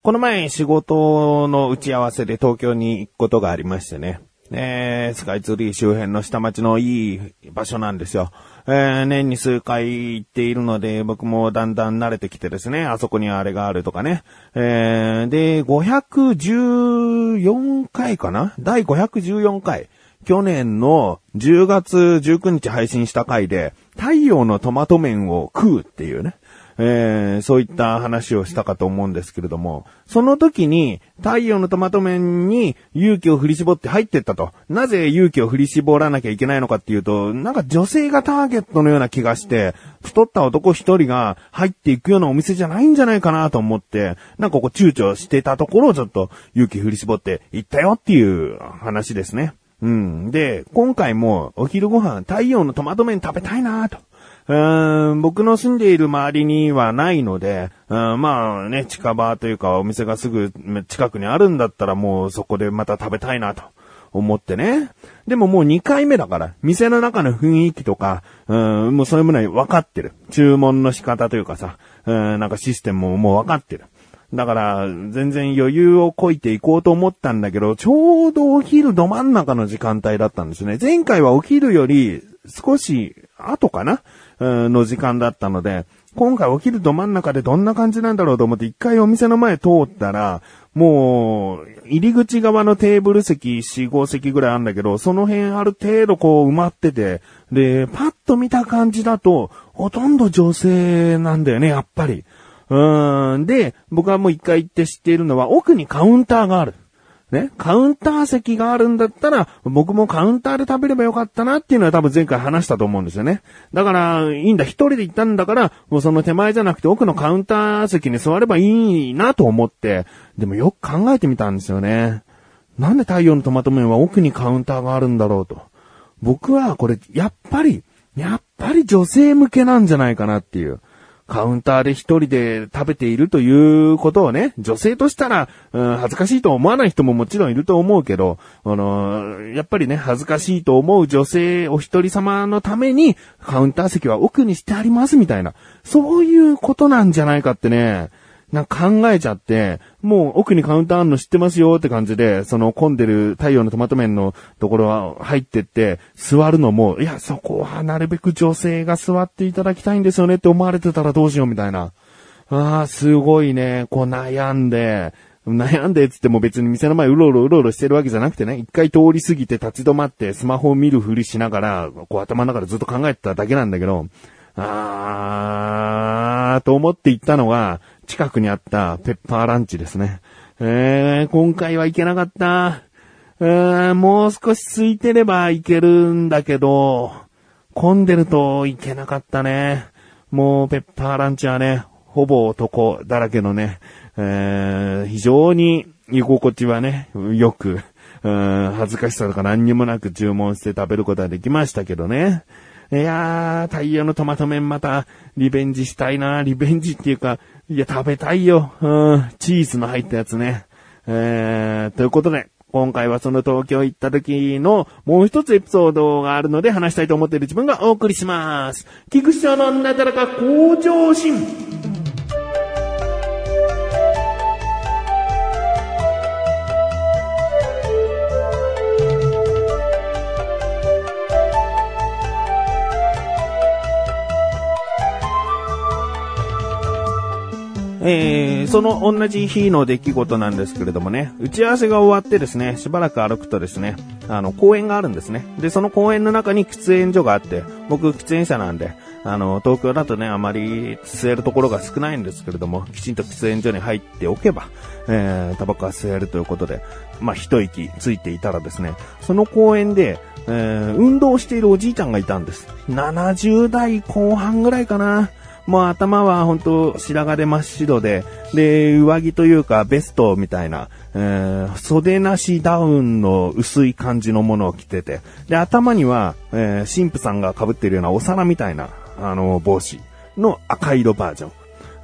この前仕事の打ち合わせで東京に行くことがありましてね。スカイツリー周辺の下町のいい場所なんですよ。年に数回行っているので、僕もだんだん慣れてきてですね、あそこにあれがあるとかね。で、514回かな？第514回。去年の10月19日配信した回で、太陽のトマト麺を食うっていうね。そういった話をしたかと思うんですけれども、その時に太陽のトマト麺に勇気を振り絞って入ってったと。なぜ勇気を振り絞らなきゃいけないのかっていうと、なんか女性がターゲットのような気がして、太った男一人が入っていくようなお店じゃないんじゃないかなと思って、なんか躊躇してたところをちょっと勇気振り絞って行ったよっていう話ですね。で、今回もお昼ご飯太陽のトマト麺食べたいなと。僕の住んでいる周りにはないので、まあね、近場というかお店がすぐ近くにあるんだったらもうそこでまた食べたいなと思ってね。でももう2回目だから、店の中の雰囲気とか、もうそういうものは分かってる。注文の仕方というかさ、なんかシステムももう分かってる。だから、全然余裕をこいていこうと思ったんだけど、ちょうどお昼ど真ん中の時間帯だったんですね。前回はお昼より少し後かなの時間だったので、今回お昼ど真ん中でどんな感じなんだろうと思って一回お店の前通ったら、もう、入り口側のテーブル席4、5席ぐらいあるんだけど、その辺ある程度こう埋まってて、で、パッと見た感じだと、ほとんど女性なんだよね、やっぱり。で、僕はもう一回行って知っているのは、奥にカウンターがある。ね、カウンター席があるんだったら、僕もカウンターで食べればよかったなっていうのは多分前回話したと思うんですよね。だから、いいんだ、一人で行ったんだから、もうその手前じゃなくて奥のカウンター席に座ればいいなと思って、でもよく考えてみたんですよね。なんで太陽のトマト麺は奥にカウンターがあるんだろうと。僕はこれ、やっぱり女性向けなんじゃないかなっていう。カウンターで一人で食べているということをね、女性としたら、恥ずかしいと思わない人ももちろんいると思うけど、やっぱりね、恥ずかしいと思う女性お一人様のために、カウンター席は奥にしてありますみたいな、そういうことなんじゃないかってね、なんか考えちゃって、もう奥にカウンターあるの知ってますよって感じで、その混んでる太陽のトマト麺のところは入ってって、座るのも、いや、そこはなるべく女性が座っていただきたいんですよねって思われてたらどうしようみたいな。すごいね、こう悩んでつっても別に店の前うろうろしてるわけじゃなくてね、一回通り過ぎて立ち止まってスマホを見るふりしながら、こう頭の中でずっと考えてただけなんだけど、と思って行ったのが、近くにあったペッパーランチですね。今回は行けなかった。もう少し空いてれば行けるんだけど、混んでると行けなかったね。もうペッパーランチはね、ほぼ男だらけのね、非常に居心地はね、よく、恥ずかしさとか何にもなく注文して食べることができましたけどね。いやー、太陽のトマト麺またリベンジしたいな。リベンジっていうか、いや食べたいよ。チーズの入ったやつね。ということで、今回はその東京行った時のもう一つエピソードがあるので話したいと思っている自分がお送りします。菊池のなだらか向上心。その同じ日の出来事なんですけれどもね、打ち合わせが終わってですね、しばらく歩くとですね、公園があるんですね。で、その公園の中に喫煙所があって、僕喫煙者なんで、東京だとね、あまり吸えるところが少ないんですけれども、きちんと喫煙所に入っておけば、タバコが吸えるということで、一息ついていたらですね、その公園で、運動しているおじいちゃんがいたんです。70代後半ぐらいかな。もう頭は本当白髪で真っ白で、で、上着というかベストみたいな、袖なしダウンの薄い感じのものを着てて、で、頭には、神父さんが被っているようなお皿みたいな、帽子の赤色バージョン。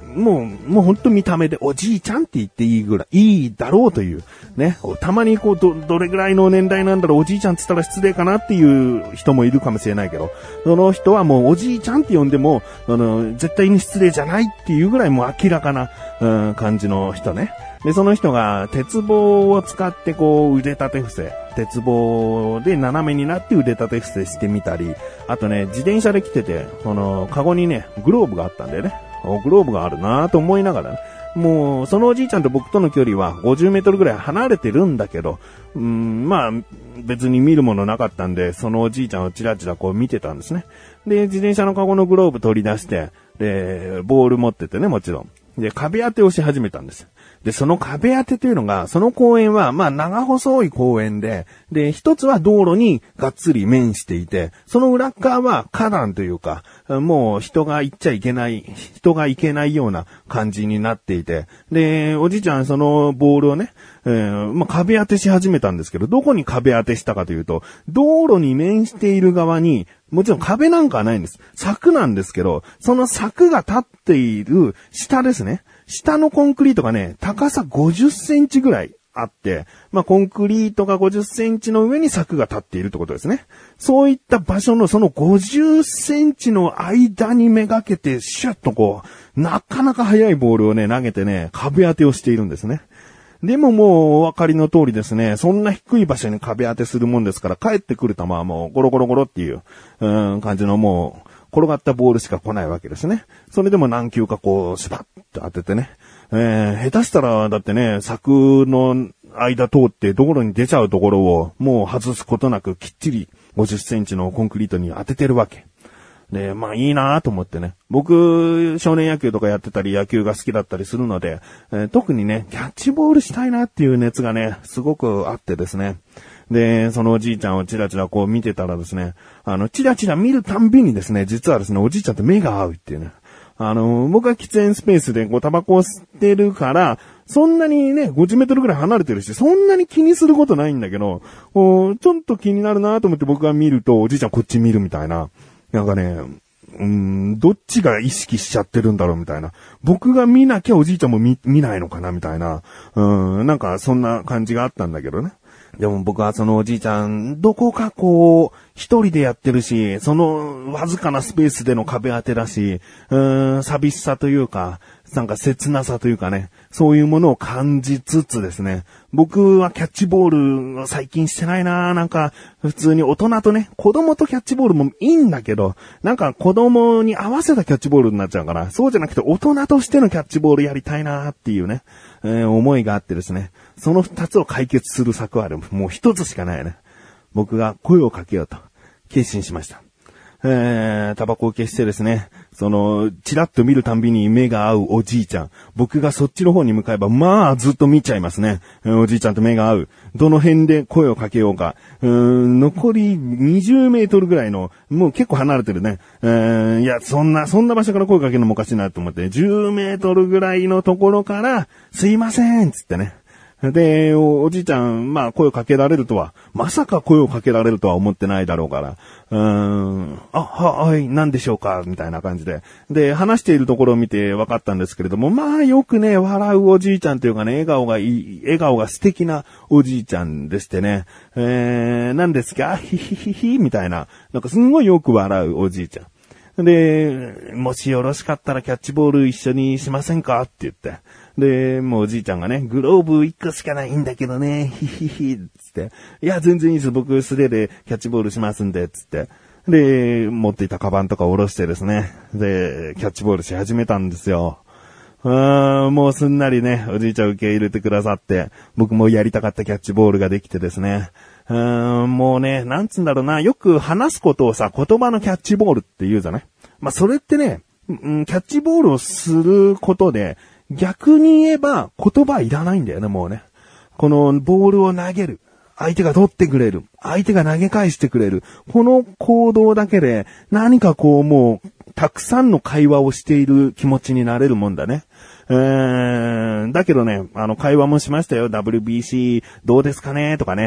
もうほんと見た目でおじいちゃんって言っていいぐらい、いいだろうという、ね。たまにこう、どれぐらいの年代なんだろう、おじいちゃんって言ったら失礼かなっていう人もいるかもしれないけど、その人はもうおじいちゃんって呼んでも、絶対に失礼じゃないっていうぐらいもう明らかな、感じの人ね。で、その人が鉄棒を使ってこう腕立て伏せ、鉄棒で斜めになって腕立て伏せしてみたり、あとね、自転車で来てて、カゴにね、グローブがあったんだよね。グローブがあるなぁと思いながらね。もう、そのおじいちゃんと僕との距離は50メートルぐらい離れてるんだけど、まあ、別に見るものなかったんで、そのおじいちゃんをチラチラこう見てたんですね。で、自転車のカゴのグローブ取り出して、で、ボール持っててね、もちろん。で、壁当てをし始めたんです。で、その壁当てというのが、その公園は、まあ、長細い公園で、で、一つは道路にがっつり面していて、その裏側は花壇というか、もう人が行っちゃいけない、人が行けないような感じになっていて、で、おじいちゃんそのボールをね、まあ、壁当てし始めたんですけど、どこに壁当てしたかというと、道路に面している側に、もちろん壁なんかはないんです。柵なんですけど、その柵が立っている下ですね。下のコンクリートがね、高さ50センチぐらいあって、まあ、コンクリートが50センチの上に柵が立っているってことですね。そういった場所のその50センチの間にめがけて、シュッとこう、なかなか速いボールをね、投げてね、壁当てをしているんですね。でももうお分かりの通りですね、そんな低い場所に壁当てするもんですから、帰ってくる球はもうゴロゴロゴロっていう、感じのもう、転がったボールしか来ないわけですね。それでも何球かこう、スパッと当ててね。下手したら、だってね、柵の間通って道路に出ちゃうところを、もう外すことなくきっちり50センチのコンクリートに当ててるわけ。で、まあいいなぁと思ってね。僕、少年野球とかやってたり野球が好きだったりするので、特にね、キャッチボールしたいなっていう熱がね、すごくあってですね。で、そのおじいちゃんをチラチラこう見てたらですね、チラチラ見るたんびにですね、実はですね、おじいちゃんと目が合うっていうね。僕は喫煙スペースでこうタバコを吸ってるから、そんなにね、50メートルぐらい離れてるし、そんなに気にすることないんだけど、ちょっと気になるなと思って僕が見ると、おじいちゃんこっち見るみたいな。なんかね、どっちが意識しちゃってるんだろうみたいな。僕が見なきゃおじいちゃんも見ないのかなみたいな。なんかそんな感じがあったんだけどね。でも僕はそのおじいちゃん、どこかこう、一人でやってるし、そのわずかなスペースでの壁当てだし、寂しさというか、なんか切なさというかね、そういうものを感じつつですね、僕はキャッチボールを最近してないな。なんか、普通に大人とね、子供とキャッチボールもいいんだけど、なんか子供に合わせたキャッチボールになっちゃうから、そうじゃなくて大人としてのキャッチボールやりたいなっていうね、思いがあってですね、その二つを解決する策はもう一つしかないね。僕が声をかけようと決心しました。タバコを消してですね、チラッと見るたんびに目が合うおじいちゃん。僕がそっちの方に向かえば、まあ、ずっと見ちゃいますね。おじいちゃんと目が合う。どの辺で声をかけようか。残り20メートルぐらいの、もう結構離れてるね。いや、そんな場所から声かけるのもおかしいなと思って、10メートルぐらいのところから、すいませんつってね。で、おじいちゃん、まあ声をかけられるとは、まさか声をかけられるとは思ってないだろうから、はい、何でしょうかみたいな感じで。で、話しているところを見て分かったんですけれども、まあよくね、笑うおじいちゃんというかね、笑顔がいい、笑顔が素敵なおじいちゃんでしてね、何ですかヒヒヒヒみたいな、なんかすんごいよく笑うおじいちゃん。で、もしよろしかったらキャッチボール一緒にしませんかって言って。で、もうおじいちゃんがね、グローブ1個しかないんだけどね、ヒヒヒ、つって。いや、全然いいです。僕素手でキャッチボールしますんで、つって。で、持っていたカバンとか下ろしてですね。で、キャッチボールし始めたんですよ。もうすんなりね、おじいちゃん受け入れてくださって、僕もやりたかったキャッチボールができてですね。もうね、なんつうんだろうな、よく話すことをさ、言葉のキャッチボールって言うじゃない？まあ、それってね、キャッチボールをすることで、逆に言えば言葉いらないんだよね、もうね。このボールを投げる。相手が取ってくれる。相手が投げ返してくれる。この行動だけで何かこうもうたくさんの会話をしている気持ちになれるもんだね。だけどね、会話もしましたよ。WBC どうですかねとかね。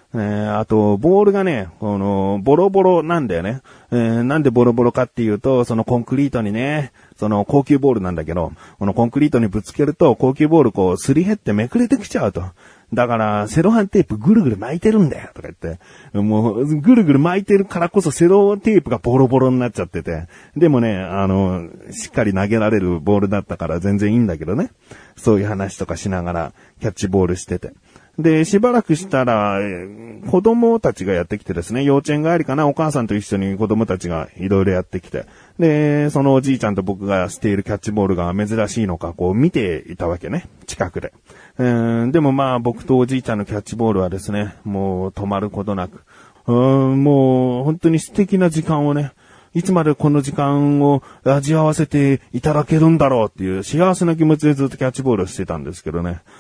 あと、ボールがね、ボロボロなんだよね。なんでボロボロかっていうと、そのコンクリートにね、その高級ボールなんだけど、このコンクリートにぶつけると、高級ボールこう、すり減ってめくれてきちゃうと。だから、セロハンテープぐるぐる巻いてるんだよ、とか言って。もう、ぐるぐる巻いてるからこそセロテープがボロボロになっちゃってて。でもね、しっかり投げられるボールだったから全然いいんだけどね。そういう話とかしながら、キャッチボールしてて。で、しばらくしたら、子供たちがやってきてですね、幼稚園帰りかな、お母さんと一緒に子供たちがいろいろやってきて、で、そのおじいちゃんと僕がしているキャッチボールが珍しいのか、こう見ていたわけね、近くで。でもまあ僕とおじいちゃんのキャッチボールはですね、もう止まることなく、もう本当に素敵な時間をね、いつまでこの時間を味わわせていただけるんだろうっていう幸せな気持ちでずっとキャッチボールをしてたんですけどね。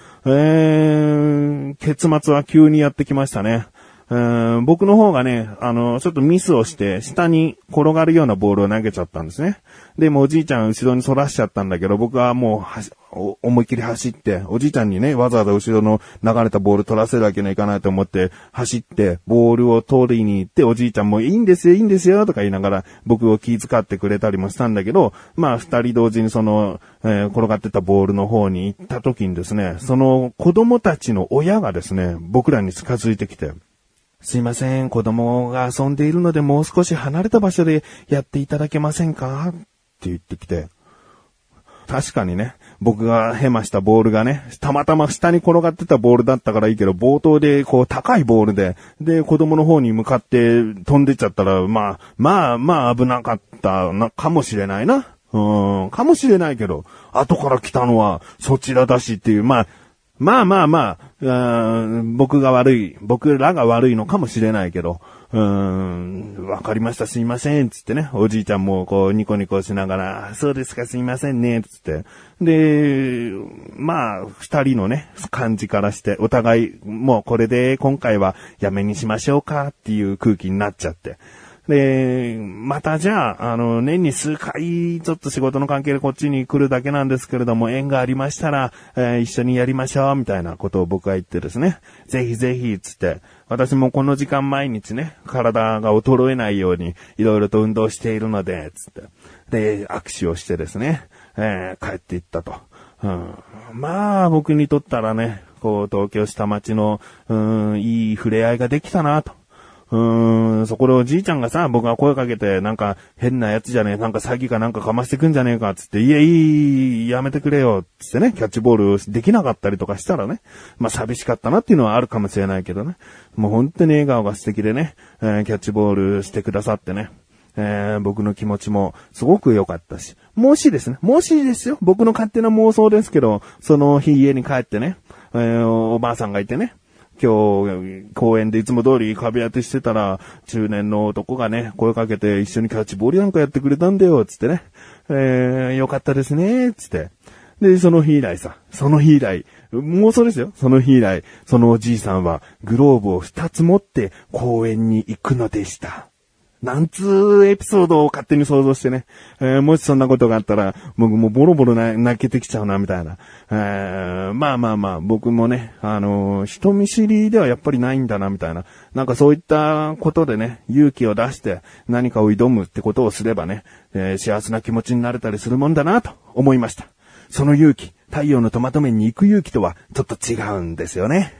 結末は急にやってきましたね。僕の方がね、ちょっとミスをして、下に転がるようなボールを投げちゃったんですね。で、もうおじいちゃん後ろに反らしちゃったんだけど、僕はもう思いっきり走って、おじいちゃんにね、わざわざ後ろの流れたボール取らせるわけにはいかないと思って、走って、ボールを取りに行って、おじいちゃんもいいんですよ、いいんですよ、とか言いながら、僕を気遣ってくれたりもしたんだけど、まあ、二人同時にその、転がってたボールの方に行った時にですね、その子供たちの親がですね、僕らに近づいてきて、すいません、子供が遊んでいるのでもう少し離れた場所でやっていただけませんかって言ってきて。確かにね、僕がヘマしたボールがね、たまたま下に転がってたボールだったからいいけど、冒頭でこう高いボールで、子供の方に向かって飛んでっちゃったら、まあ危なかったかもしれないな。かもしれないけど、後から来たのはそちらだしっていう、僕らが悪いのかもしれないけど、わかりました、すいません、つってね、おじいちゃんもこうニコニコしながら、そうですか、すいませんね、つって。で、まあ、二人のね、感じからして、お互い、もうこれで今回はやめにしましょうかっていう空気になっちゃって。で、またじゃあ、年に数回、ちょっと仕事の関係でこっちに来るだけなんですけれども、縁がありましたら、一緒にやりましょう、みたいなことを僕は言ってですね、ぜひぜひ、つって、私もこの時間毎日ね、体が衰えないように、いろいろと運動しているので、つって、で、握手をしてですね、帰っていったと。まあ、僕にとったらね、こう、東京下町の、いい触れ合いができたなと。そこでおじいちゃんがさ、僕が声かけて、なんか変なやつじゃねえ、なんか詐欺かなんかかましてくんじゃねえか、つって、いい、やめてくれよ、つってね、キャッチボールできなかったりとかしたらね、まあ寂しかったなっていうのはあるかもしれないけどね、もう本当に笑顔が素敵でね、キャッチボールしてくださってね、僕の気持ちもすごく良かったし、もしですよ、僕の勝手な妄想ですけど、その日家に帰ってね、おばあさんがいてね、今日、公園でいつも通り壁当てしてたら、中年の男がね、声かけて一緒にキャッチボールなんかやってくれたんだよ、つってね。よかったですね、つって。で、その日以来、妄想ですよ。その日以来、そのおじいさんはグローブを2つ持って公園に行くのでした。なんつうエピソードを勝手に想像してね。もしそんなことがあったら、僕もボロボロ泣けてきちゃうな、みたいな。まあ、僕もね、人見知りではやっぱりないんだな、みたいな。なんかそういったことでね、勇気を出して何かを挑むってことをすればね、幸せな気持ちになれたりするもんだな、と思いました。その勇気、太陽のトマト麺に行く勇気とはちょっと違うんですよね。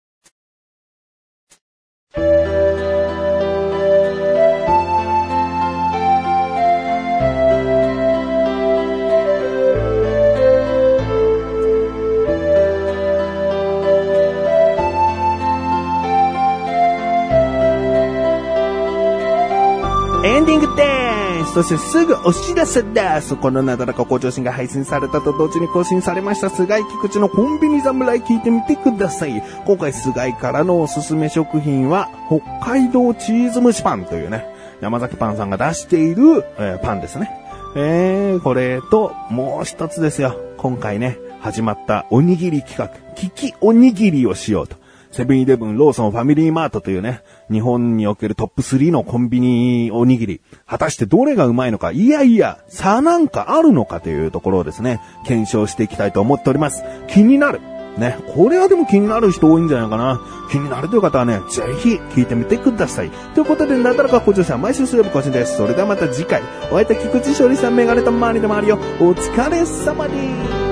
エンディングです。そしてすぐお知らせです。このなだらか向上心が配信されたと同時に更新されました菅井菊池のコンビニ侍聞いてみてください。今回菅井からのおすすめ食品は北海道チーズ蒸しパンというね、山崎パンさんが出している、パンですね。これともう一つですよ。今回ね、始まったおにぎり企画、キキおにぎりをしようと。セブンイレブン、ローソン、ファミリーマートというね、日本におけるトップ3のコンビニおにぎり。果たしてどれがうまいのか、いやいや、差なんかあるのかというところをですね、検証していきたいと思っております。気になる。 ね、これはでも気になる人多いんじゃないかな。気になるという方はね、ぜひ聞いてみてください。ということで、なだらか向上心は毎週水曜日更新です。それではまた次回、お会いいた菊池勝利さん、メガネと周りでもあるよ。お疲れ様です。